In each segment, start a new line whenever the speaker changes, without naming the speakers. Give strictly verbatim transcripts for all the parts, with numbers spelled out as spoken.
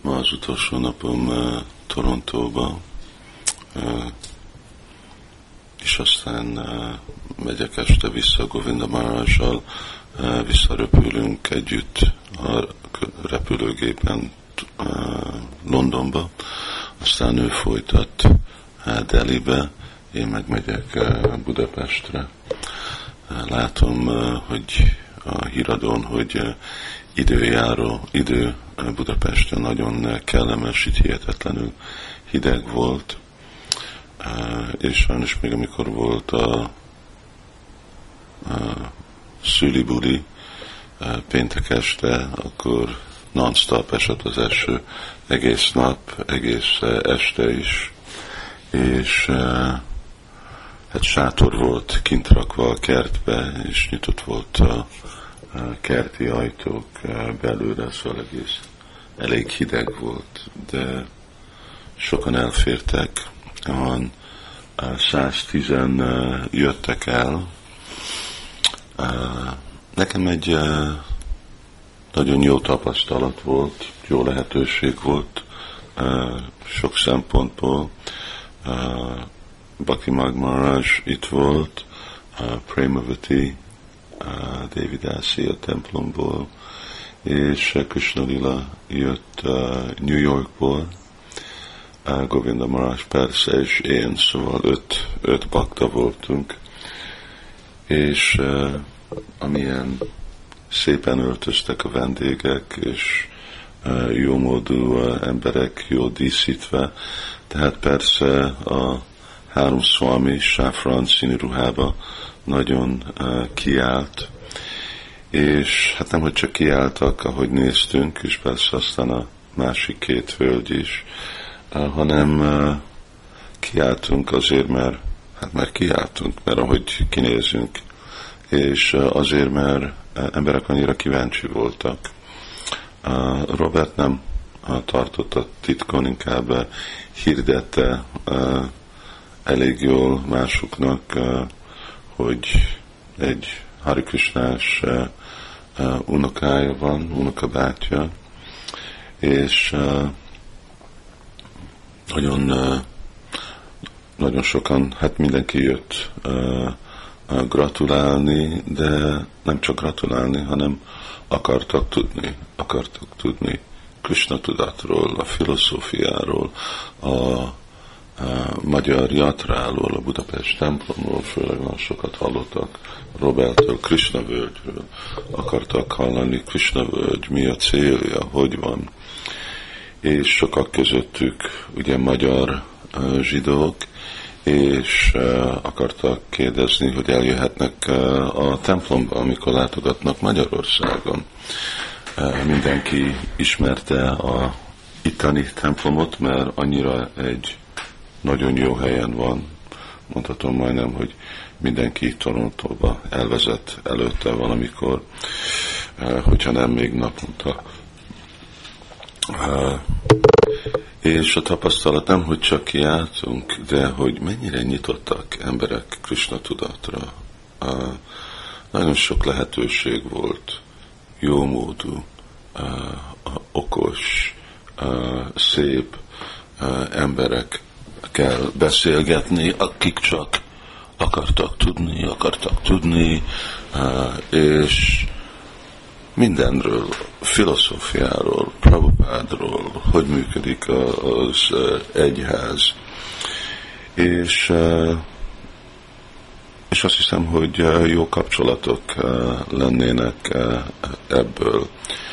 Ma az utolsó napom uh, Torontóba, uh, és aztán uh, megyek este vissza Govinda Maharajjal, uh, visszarepülünk együtt a repülőgépen uh, Londonba, aztán ő folytat uh, Delhibe, én meg megyek uh, Budapestre. Uh, látom, uh, hogy a híradón, hogy uh, időjáró, idő Budapesten nagyon kellemes, itt hihetetlenül hideg volt, és sajnos még amikor volt a, a szülibuli péntek este, akkor non-stop esett az eső, egész nap, egész este is, és hát sátor volt kint rakva a kertbe, és nyitott volt a kerti ajtók belőle, szóval egész elég hideg volt, de sokan elfértek, van száztízen jöttek el. Nekem egy nagyon jó tapasztalat volt, jó lehetőség volt sok szempontból. Bhakti Marg Maharaj itt volt, Premavati, Devi Dasi a templomból, és Krishna Lila jött uh, New Yorkból, uh, Govinda Maharaj persze, és én, szóval öt, öt bakta voltunk, és uh, amilyen szépen öltöztek a vendégek, és uh, jó módú uh, emberek, jó díszítve, tehát persze a három szvami sáfran színű ruhába nagyon uh, kiállt, és hát nem, hogy csak kiálltak, ahogy néztünk, és persze aztán a másik két hölgy is, uh, hanem uh, kiálltunk azért, mert hát mert kiálltunk, mert ahogy kinézünk, és uh, azért, mert uh, emberek annyira kíváncsi voltak. Uh, Robert nem uh, tartotta titkon, inkább uh, hirdette uh, elég jól másoknak, uh, hogy egy Hari Krishnás uh, uh, unokája van, unokabátyja, és uh, nagyon, uh, nagyon sokan, hát mindenki jött uh, uh, gratulálni, de nem csak gratulálni, hanem akartak tudni, akartak tudni Krishna tudatról, a filozófiáról, a a magyar jatráról, a Budapest templomról, főleg nagyon sokat hallottak Roberttől, Krishna völgyről, akartak hallani Krishna völgy, mi a célja, hogy van, és sokak közöttük ugye magyar uh, zsidók, és uh, akartak kérdezni, hogy eljöhetnek uh, a templomba, amikor látogatnak Magyarországon. Uh, mindenki ismerte a itteni templomot, mert annyira egy nagyon jó helyen van. Mondhatom majdnem, hogy mindenki Torontóba elvezet előtte valamikor, hogyha nem még naponta. És a tapasztalat nem, hogy csak kiálltunk, de hogy mennyire nyitottak emberek Krishna tudatra. Nagyon sok lehetőség volt, jó módú, okos, szép emberek kell beszélgetni, akik csak akartak tudni, akartak tudni, és mindenről, filozófiáról, Prabhupádról, hogy működik az egyház. És, és azt hiszem, hogy jó kapcsolatok lennének ebből.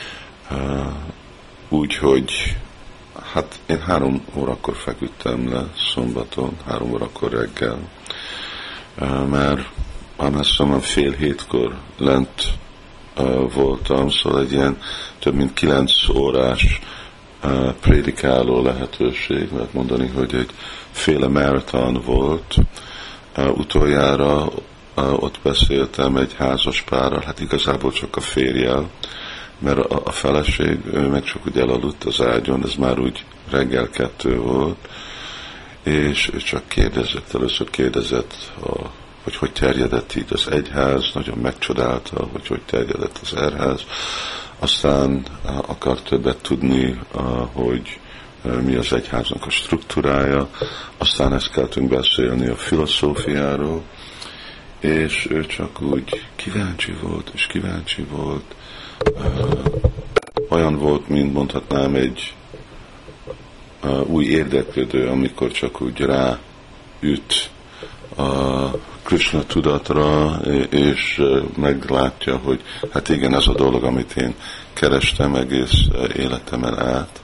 Úgyhogy hát én három órakor feküdtem le szombaton, három órakor reggel, már már szóval fél hétkor lent voltam, szóval egy ilyen több mint kilenc órás prédikáló lehetőség, mert mondani, hogy egy féle maraton volt. Utoljára ott beszéltem egy házas párral, hát igazából csak a férjel, mert a, a feleség, ő meg csak úgy elaludt az ágyon, ez már úgy reggel kettő volt, és ő csak kérdezett, először kérdezett, a, hogy hogy terjedett így az egyház, nagyon megcsodálta, hogy hogy terjedett az erház, aztán akar többet tudni, hogy mi az egyháznak a struktúrája, aztán ezt kelltünk beszélni a filozófiáról, és ő csak úgy kíváncsi volt, és kíváncsi volt, olyan volt, mint mondhatnám egy új érdeklődő, amikor csak úgy ráüt a Krishna tudatra, és meglátja, hogy hát igen, ez a dolog, amit én kerestem egész életemen át.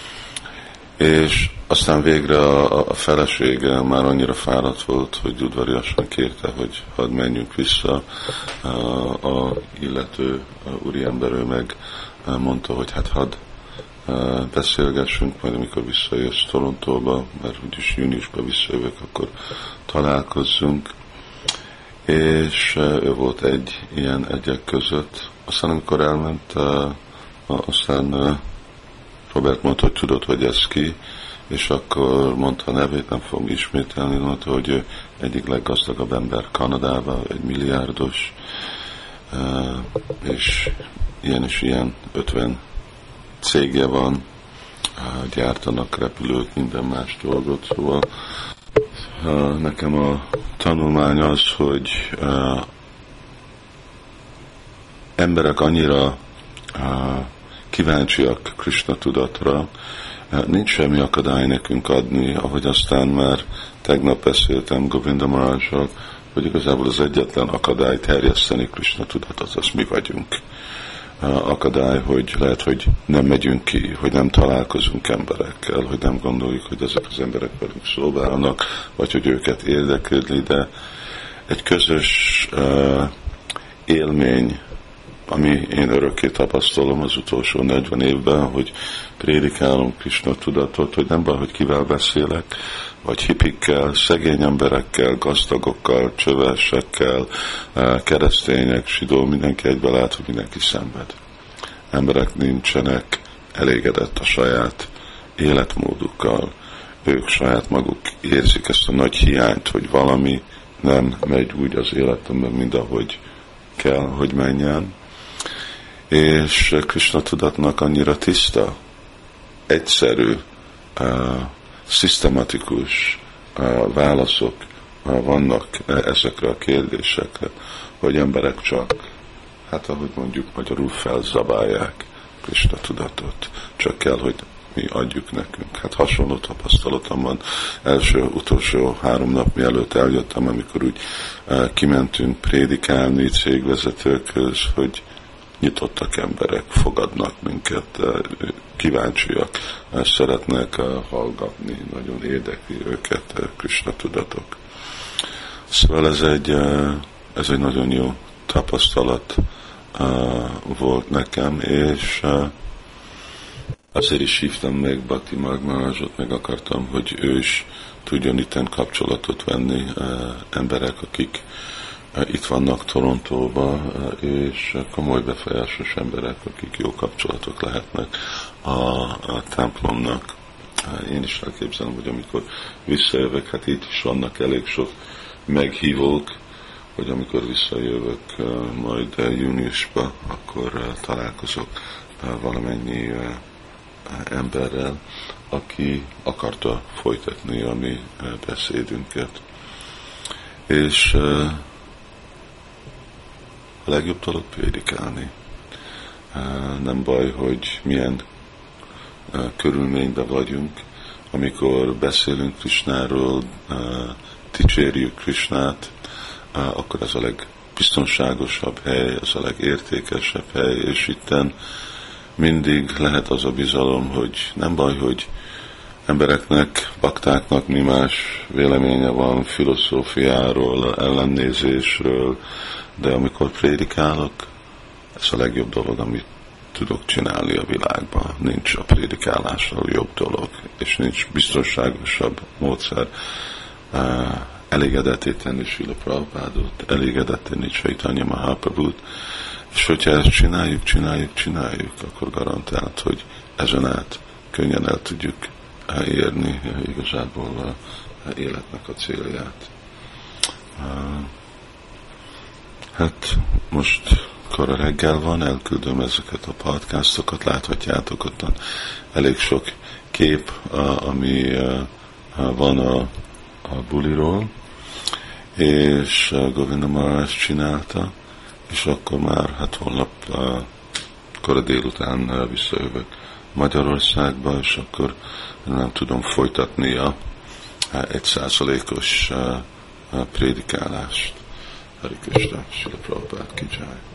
És aztán végre a, a felesége már annyira fáradt volt, hogy udvariasan kérte, hogy hadd menjünk vissza. A, a illető a úriember, ő meg mondta, hogy hát hadd beszélgessünk, majd amikor visszajössz Torontóba, mert úgyis júniusban visszajövök, akkor találkozzunk. És ő volt egy ilyen egyek között. Aztán amikor elment, aztán Robert mondta, hogy tudod, hogy ez ki, és akkor mondta a nevét, nem fogom ismételni, mondta, hogy ő egyik leggazdagabb ember Kanadában, egy milliárdos, és ilyen és ilyen ötven cégje van, gyártanak repülőt, minden más dolgot, szóval nekem a tanulmány az, hogy emberek annyira kíváncsiak Krishna tudatra, nincs semmi akadály nekünk adni, ahogy aztán már tegnap beszéltem Govinda Maharajsal, hogy igazából az egyetlen akadály terjeszteni Krishna tudatot, az mi vagyunk. Akadály, hogy lehet, hogy nem megyünk ki, hogy nem találkozunk emberekkel, hogy nem gondoljuk, hogy ezek az emberek velünk szolgálnak, vagy hogy őket érdekli, de egy közös uh, élmény, ami én örökké tapasztalom az utolsó negyven évben, hogy prédikálom Krishna tudatot, hogy nem baj, hogy kivel beszélek, vagy hipikkel, szegény emberekkel, gazdagokkal, csövesekkel, keresztények, zsidó, mindenki egybe lát, hogy mindenki szenved. Emberek nincsenek elégedett a saját életmódukkal, ők saját maguk érzik ezt a nagy hiányt, hogy valami nem megy úgy az életemben, mint ahogy kell, hogy menjen. És Krishna tudatnak annyira tiszta, egyszerű, uh, szisztematikus uh, válaszok uh, vannak uh, ezekre a kérdésekre, hogy emberek csak, hát ahogy mondjuk magyarul felzabálják Krishna tudatot, csak kell, hogy mi adjuk nekünk. Hát hasonló tapasztalatom van első, utolsó három nap mielőtt eljöttem, amikor úgy uh, kimentünk prédikálni cégvezetőkhöz, hogy nyitottak emberek, fogadnak minket, kíváncsiak, szeretnek hallgatni, nagyon érdekli őket Krishna tudatok. Szóval ez egy, ez egy nagyon jó tapasztalat volt nekem, és azért is hívtam meg Bhakti Marg Maharajot, meg akartam, hogy ő is tudjon itten kapcsolatot venni emberek, akik itt vannak Torontóban, és komoly befolyásos emberek, akik jó kapcsolatok lehetnek a, a templomnak. Én is elképzelem, hogy amikor visszajövök, hát itt is vannak elég sok meghívók, hogy amikor visszajövök majd júniusban, akkor találkozok valamennyi emberrel, aki akarta folytatni a mi beszédünket. És a legjobb dolog prédikálni. Nem baj, hogy milyen körülményben vagyunk, amikor beszélünk Krishnáról, dicsérjük Krishnát, akkor ez a legbiztonságosabb hely, ez a legértékesebb hely, és itten mindig lehet az a bizalom, hogy nem baj, hogy embereknek, baktáknak mi más véleménye van filozófiáról, ellennézésről, de amikor prédikálok, ez a legjobb dolog, amit tudok csinálni a világban. Nincs a prédikálásról jobb dolog, és nincs biztonságosabb módszer uh, elégedetté tenni Srila Prabhupádot, elégedetté tenni Chaitanya Mahaprabhut, és hogyha ezt csináljuk, csináljuk, csináljuk, akkor garantált, hogy ezen át könnyen el tudjuk érni igazából a életnek a célját. Uh, Hát most kora reggel van, elküldöm ezeket a podcastokat, láthatjátok, ott elég sok kép, ami van a, a buliról, és Govinda Maharaj csinálta, és akkor már hát holnap kora délután visszajövök Magyarországba, és akkor nem tudom folytatni a egy százalékos prédikálást. Hari Krishna, Srila Prabhupád ki jai.